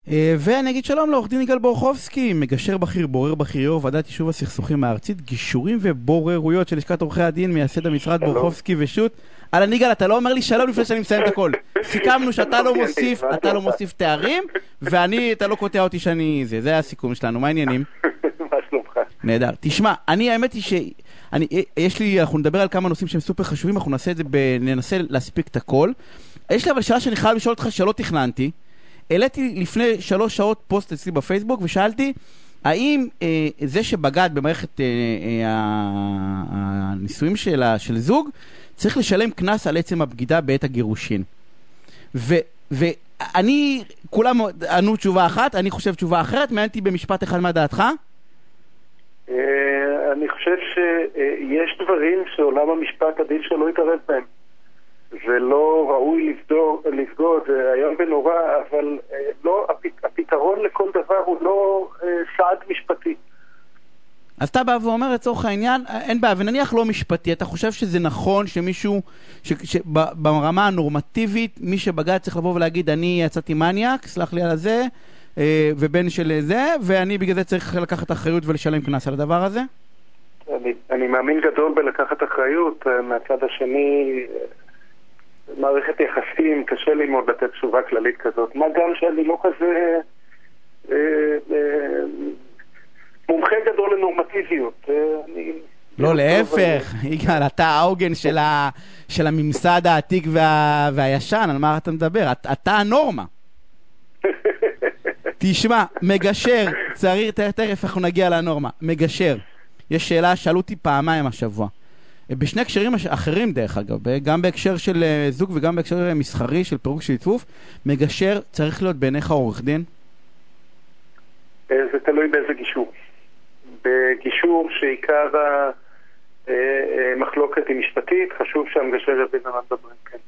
ואני אגיד שלום לעורך דין יגאל בורחובסקי, מגשר בכיר, בורר בכיר, יו"ר ועדת יישוב הסכסוכים הארצית, גישורים ובוררויות של לשכת עורכי הדין, מייסד המשרד בורחובסקי ושות'. אהלן יגאל, אתה לא אומר לי שלום לפני שאני מסיים את הכל. סיכמנו שאתה לא מוסיף תארים, אתה לא קוטע אותי שאני זה הסיכום שלנו. מה העניינים? מה שלומך? נהדר. תשמע, האמת היא אנחנו נדבר על כמה נושאים שהם סופר חשובים, אנחנו ננסה להספיק את הכל. יש לי אבל שאלה שאני חייב לשאול אותך שלא תכננתי. העליתי לפני 3 שעות פוסט אצלי בפייסבוק ושאלתי האם זה שבגד במערכת הנישואים של זוג צריך לשלם קנס על עצם הבגידה בעת הגירושין. ואני, כולם ענו תשובה אחת, אני חושב תשובה אחרת. מעניינתי במשפט אחד, מה דעתך? אני חושב שיש דברים שעולם המשפט עדיף שלא יתערב בהם. זה לא ראוי לבגוד, זה היום ונורא, אבל לא, הפתרון לכל דבר הוא לא סעד משפטי. אז אתה בא ואומר לצורך העניין, אין בעיה, ונניח לא משפטי, אתה חושב שזה נכון שמישהו, ברמה הנורמטיבית, מי שבגד צריך לבוא ולהגיד, אני יצאתי מניאק, סלח לי על זה, ובן של זה, ואני בגלל זה צריך לקחת אחריות ולשלם קנס על הדבר הזה? אני מאמין גדול בלקחת אחריות, מהצד השני מערכת יחסים, קשה לי מאוד לתת תשובה כללית כזאת. מה גם שאני לא כזה מומחה גדול לנורמטיביות. לא, להפך. יגאל, אתה העוגן של הממסד העתיק והישן, על מה אתה מדבר? אתה הנורמה. תשמע, מגשר, תכף אנחנו נגיע לנורמה. מגשר. יש שאלה, שאלו אותי פעמיים השבוע. בשני הקשרים אחרים דרך אגב, גם בהקשר של זוג וגם בהקשר מסחרי של פירוק של ציפוף, מגשר צריך להיות בעיניך עורך דין? זה תלוי באיזה גישור. בגישור שעיקר המחלוקת היא משפטית, חשוב שהמגשר יבין על מה מדברים, כן.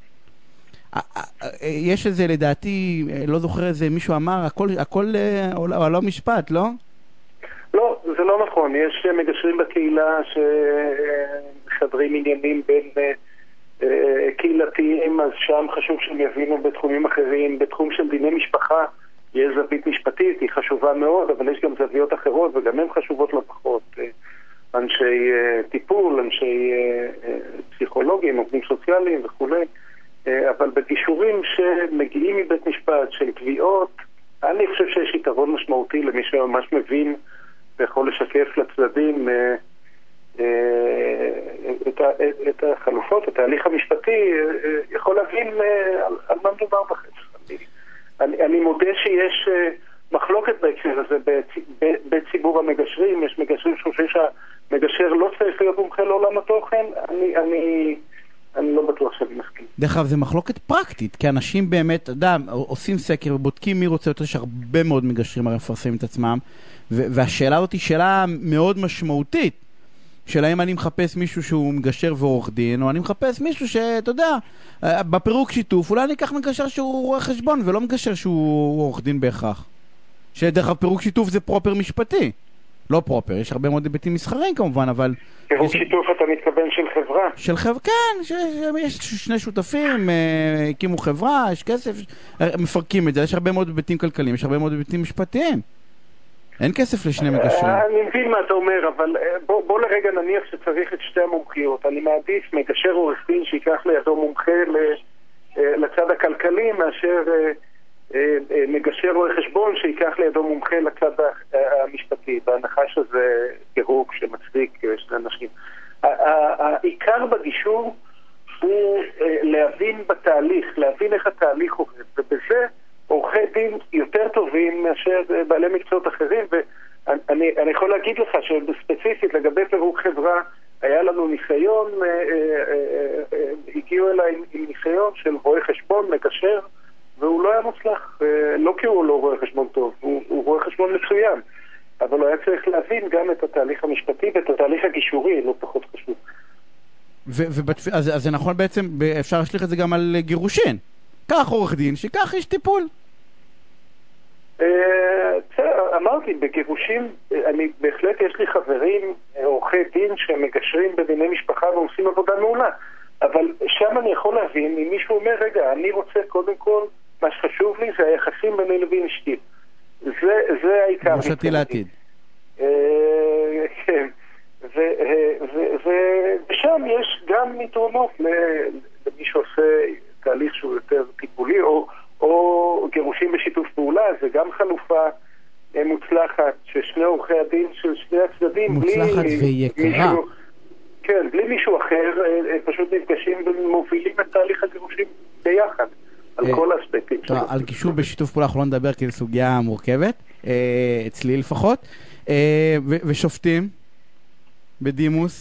יש איזה, לדעתי, לא זוכר איזה, מישהו אמר, הכל לא משפט, לא? לא, זה לא נכון. יש מגשרים בקהילה שחדרים עניינים בין קהילתיים, אז שם חשוב שהם יבינו בתחומים אחרים. בתחום של דיני משפחה יש זווית משפטית, היא חשובה מאוד, אבל יש גם זוויות אחרות וגם הן חשובות לא פחות. אנשי טיפול, אנשי פסיכולוגים, עובדים סוציאליים וכו'. אבל בגישורים שמגיעים מבית משפט של תביעות, אני חושב שיש יתרון משמעותי למי שממש מבין ויכול לשקף לצדדים את החלופות, את ההליך המשפטי, יכול להבין על מה מדובר בחץ. אני מודה שיש מחלוקת בהקשר הזה בציבור המגשרים. יש מגשרים שחושבים שהמגשר לא צריך להיות מומחה לעולם התוכן. אני לא בטוח שאני מסכים. דרך אגב, זה מחלוקת פרקטית, כי אנשים באמת, עושים סקר ובודקים מי רוצה יותר, שהרבה מאוד מגשרים הרי מפרסמים את עצמם, והשאלה הזאת היא שאלה מאוד משמעותית, שאלה אם אני מחפש מישהו שהוא מגשר ועורך דין, או אני מחפש מישהו שאתה יודע, בפירוק שיתוף, אולי אני אקח מגשר שהוא רואה חשבון, ולא מגשר שהוא עורך דין בהכרח. שדרך אגב, פירוק שיתוף זה פרופר משפטי. לא פרופר, יש הרבה מאוד היבטים מסחריים כמובן, אבל... פירוק שיתוף אתה מתכוון של חברה? של חברה, כן, יש שני שותפים, הקימו חברה, יש כסף, מפרקים את זה, יש הרבה מאוד היבטים כלכליים, יש הרבה מאוד היבטים משפטיים. אין כסף לשני מגשרים. אני מבין מה אתה אומר, אבל בוא לרגע נניח שצריך את שתי המומחיות. אני מעדיף מגשר עורך דין שיקח לידו מומחה לצד הכלכלי, מאשר מגשר רואה חשבון שיקח לידו מומחה לצד המשפטי, בהנחה שזה פירוק שמצדיק שני אנשים. העיקר בגישור הוא להבין בתהליך, להבין איך התהליך עובד, ובזה עורכי דין יותר טובים מאשר בעלי מקצועות אחרים. ואני יכול להגיד לך שבספציפית לגבי פירוק חברה היה לנו ניסיון, הגיעו אליי עם ניסיון של רואה חשבון, מגשר, והוא לא היה מוצלח, לא כי הוא לא רואה חשבון טוב, הוא רואה חשבון מצוין, אבל הוא היה צריך להבין גם את התהליך המשפטי ואת התהליך הגישורי, לא פחות חשוב. אז זה נכון בעצם, אפשר להשליך את זה גם על גירושין. כך עורך דין, שכך יש טיפול. אמרתי, בגירושים, בהחלט יש לי חברים, עורכי דין שמגשרים בדיני משפחה ועושים עבודה מעולה. אבל שם אני יכול להבין, אם מישהו אומר, רגע, אני רוצה קודם כל מה שחשוב לי זה היחסים ביני לבין אשתי. זה העיקר. ראשתי לעתיד. כן. ושם יש גם יתרונות למי שעושה תהליך שהוא יותר טיפולי, או גירושים בשיתוף פעולה, זה גם חלופה מוצלחת, ששני עורכי הדין של שני הצדדים, מוצלחת ויקרה. כן, בלי מישהו אחר, פשוט נפגשים ומובילים את תהליך הגירושים ביחד, על כל האספקטים. על גישור בשיתוף פעולה אנחנו לא נדבר, כי זו סוגיה מורכבת, אצלי לפחות. ושופטים בדימוס?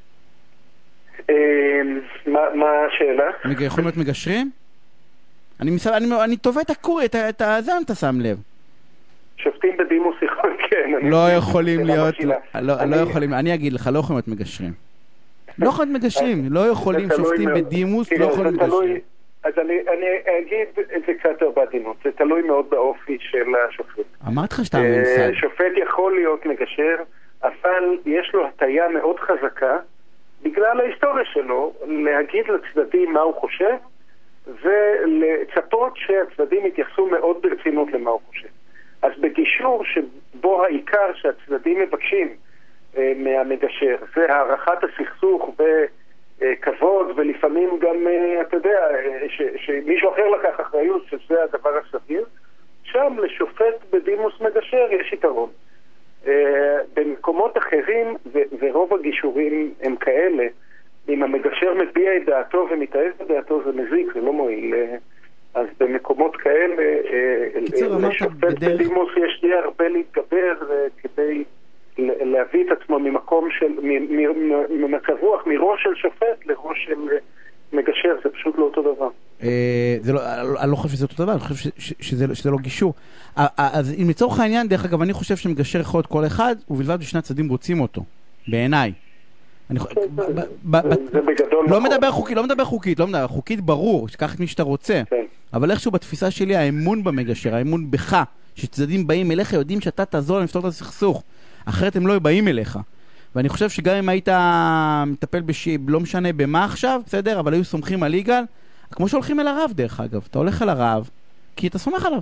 מה השאלה? יכולים להיות מגשרים? אני טובה את הקורי, את זה אתה שם לב. שופטים בדימוס כן. לא יכולים להיות, לא יכולים, אני אגיד לך, לא יכולים להיות מגשרים. לא יכולים להיות מגשרים, לא יכולים, שופטים בדימוס לא יכולים מגשרים. אז אני אגיד את זה קצת יותר בעדינות, זה תלוי מאוד באופי של השופט. אמרת לך שאתה ממסד. שופט יכול להיות מגשר, אבל יש לו הטיה מאוד חזקה, בגלל ההיסטוריה שלו, להגיד לצדדים מה הוא חושב, ולצפות שהצדדים יתייחסו מאוד ברצינות למה הוא חושב. אז בגישור שבו העיקר שהצדדים מבקשים מהמגשר, זה הערכת הסכסוך וכבוד, ולפעמים גם, אתה יודע, שמישהו אחר לקח אחריות, שזה הדבר הסביר, שם לשופט בדימוס מגשר יש יתרון. במקומות אחרים, ורוב הגישורים הם כאלה, אם המגשר מביע את דעתו ומתאהב בדעתו, זה מזיק, זה לא מועיל. אז במקומות כאלה, לשופט בדימוס יש די הרבה להתגבר כדי להביא את עצמו ממקום של, ממצב רוח, מראש של שופט לראש של מגשר, זה פשוט לא אותו דבר. אני לא חושב שזה אותו דבר, אני חושב שזה לא גישור. אז אם לצורך העניין, דרך אגב, אני חושב שמגשר יכול להיות כל אחד, ובלבד ששני הצדדים רוצים אותו, בעיניי. לא מדבר חוקית, חוקית ברור, שכח את מי שאתה רוצה, אבל איכשהו בתפיסה שלי, האמון במגשר, האמון בך, שצדדים באים אליך, יודעים שאתה תעזור להם לפתור את הסכסוך, אחרת הם לא באים אליך. ואני חושב שגם אם היית מטפל לא משנה במה עכשיו, בסדר, אבל היו סומכים על יגאל, כמו שהולכים אל הרב דרך אגב, אתה הולך אל הרב, כי אתה סומך עליו.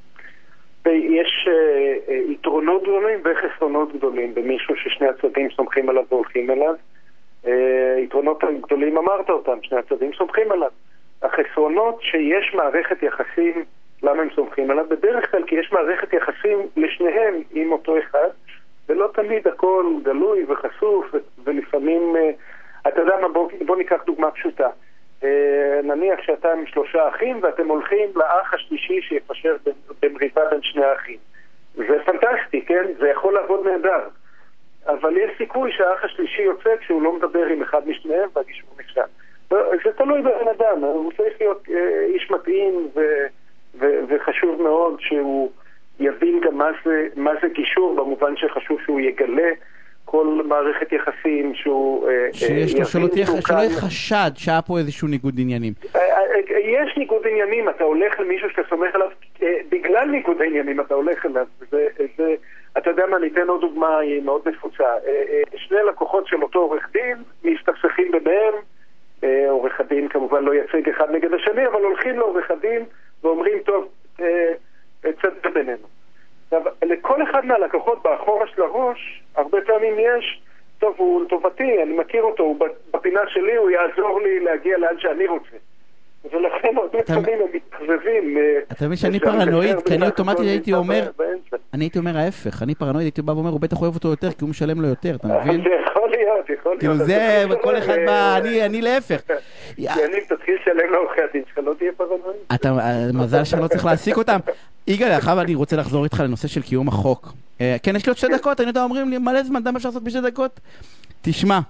יש יתרונות גדולים וחסרונות גדולים במישהו ששני הצדדים סומכים עליו והולכים אליו. יתרונות גדולים אמרת אותם, שני הצדדים סומכים עליו. החסרונות שיש מערכת יחסים, למה הם סומכים עליו? בדרך כלל כי יש מערכת יחסים לשניהם עם אותו אחד, ולא תמיד הכל גלוי וחשוף, ולפעמים, אתה יודע מה, בוא ניקח דוגמה פשוטה. נניח שאתם 3 אחים ואתם הולכים לאח השלישי שיפשר במריבה בין שני האחים. זה פנטסטי, כן? זה יכול לעבוד נהדר. אבל יש סיכוי שהאח השלישי יוצא כשהוא לא מדבר עם אחד משניהם והגישור נכשל. זה תלוי בבן אדם, הוא צריך להיות איש מתאים וחשוב מאוד שהוא יבין גם מה זה גישור, במובן שחשוב שהוא יגלה כל מערכת יחסים שהוא שלא יהיה חשד שהיה פה איזשהו ניגוד עניינים. יש ניגוד עניינים, אתה הולך למישהו שאתה סומך עליו בגלל ניגוד העניינים אתה הולך אליו. אתה יודע מה, ניתן עוד דוגמה, היא מאוד נפוצה. שני לקוחות של אותו עורך דין מסתכסכים ביניהם, עורך הדין כמובן לא יצג אחד נגד השני, אבל הולכים לעורך הדין ואומרים טוב, צד בינינו. לכל אחד מהלקוחות באחורה של הראש הרבה פעמים יש, טוב, הוא לטובתי, אני מכיר אותו, הוא בפינה שלי, הוא יעזור לי להגיע לאן שאני רוצה. ולכן הרבה פעמים הם מתחזבים. אתה מבין שאני פרנואיד, כי אני אוטומטית הייתי אומר ההפך, אני פרנואיד, הייתי בא ואומר, הוא בטח אוהב אותו יותר, כי הוא משלם לו יותר, אתה מבין? זה יכול להיות. כאילו זה, כל אחד בא, אני להפך. אני תתחיל לשלם לעורכי הדין, שלך לא תהיה פרנואיד. מזל שאני לא צריך להעסיק אותם. יגאל, עכשיו אני רוצה לחזור איתך לנושא של קיום החוק. כן, יש לי עוד 2 דקות, אני יודע, אומרים לי, מלא זמן, מה אפשר לעשות ב2 דקות? תשמע,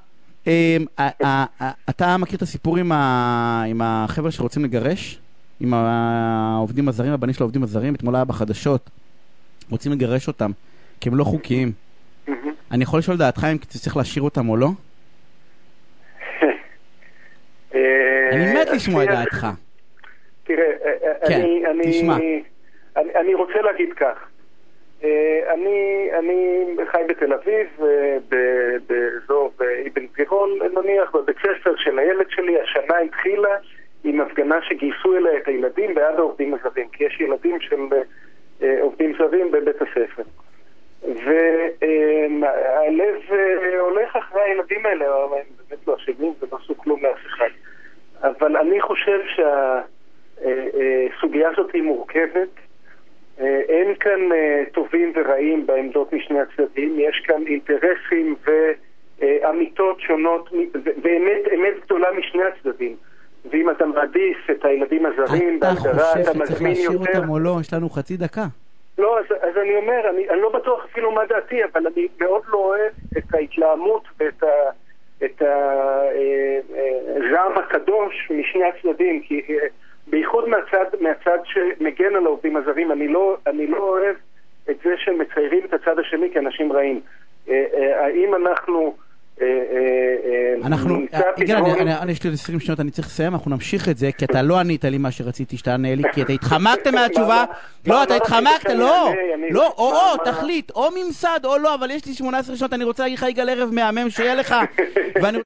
אתה מכיר את הסיפור עם החבר'ה שרוצים לגרש? עם העובדים הזרים, הבנים של העובדים הזרים, אתמול היה בחדשות, רוצים לגרש אותם, כי הם לא חוקיים. אני יכול לשאול דעתך אם צריך להשאיר אותם או לא? אני מת לשמוע את דעתך. תראה, אני רוצה להגיד כך. אני חי בתל אביב, באזור אבן גבירול, נניח, בבית ספר של הילד שלי, השנה התחילה עם הפגנה שגייסו אליה את הילדים בעד העובדים הזרים, כי יש ילדים של עובדים זרים בבית הספר. והלב הולך אחרי הילדים האלה, הם באמת לא אשמים ולא עשו כלום לאף אחד. אבל אני חושב שהסוגיה הזאת היא מורכבת. אין כאן טובים ורעים בעמדות משני הצדדים, יש כאן אינטרסים ואמיתות שונות, ואמת גדולה משני הצדדים. ואם אתה מעדיף את הילדים הזרים, אתה חושב שצריך להשאיר אותם או לא? יש לנו חצי דקה. לא, אז אני אומר, אני לא בטוח אפילו מה דעתי, אבל אני מאוד לא אוהב את ההתלהמות ואת הזעם הקדוש משני הצדדים, כי בייחוד מהצד שמגן על העובדים הזרים, אני לא אוהב את זה שמציירים את הצד השני כאנשים רעים. האם אנחנו יש לי 20 שניות, אני צריך לסיים, אנחנו נמשיך את זה, כי אתה לא ענית לי מה שרציתי שתענה לי, כי אתה התחמקת מהתשובה. לא, אתה התחמקת, לא, או, תחליט, או ממסד או לא, אבל יש לי 18 שנות, אני רוצה להגיד לך יגאל ערב מהמם שיהיה לך, ואני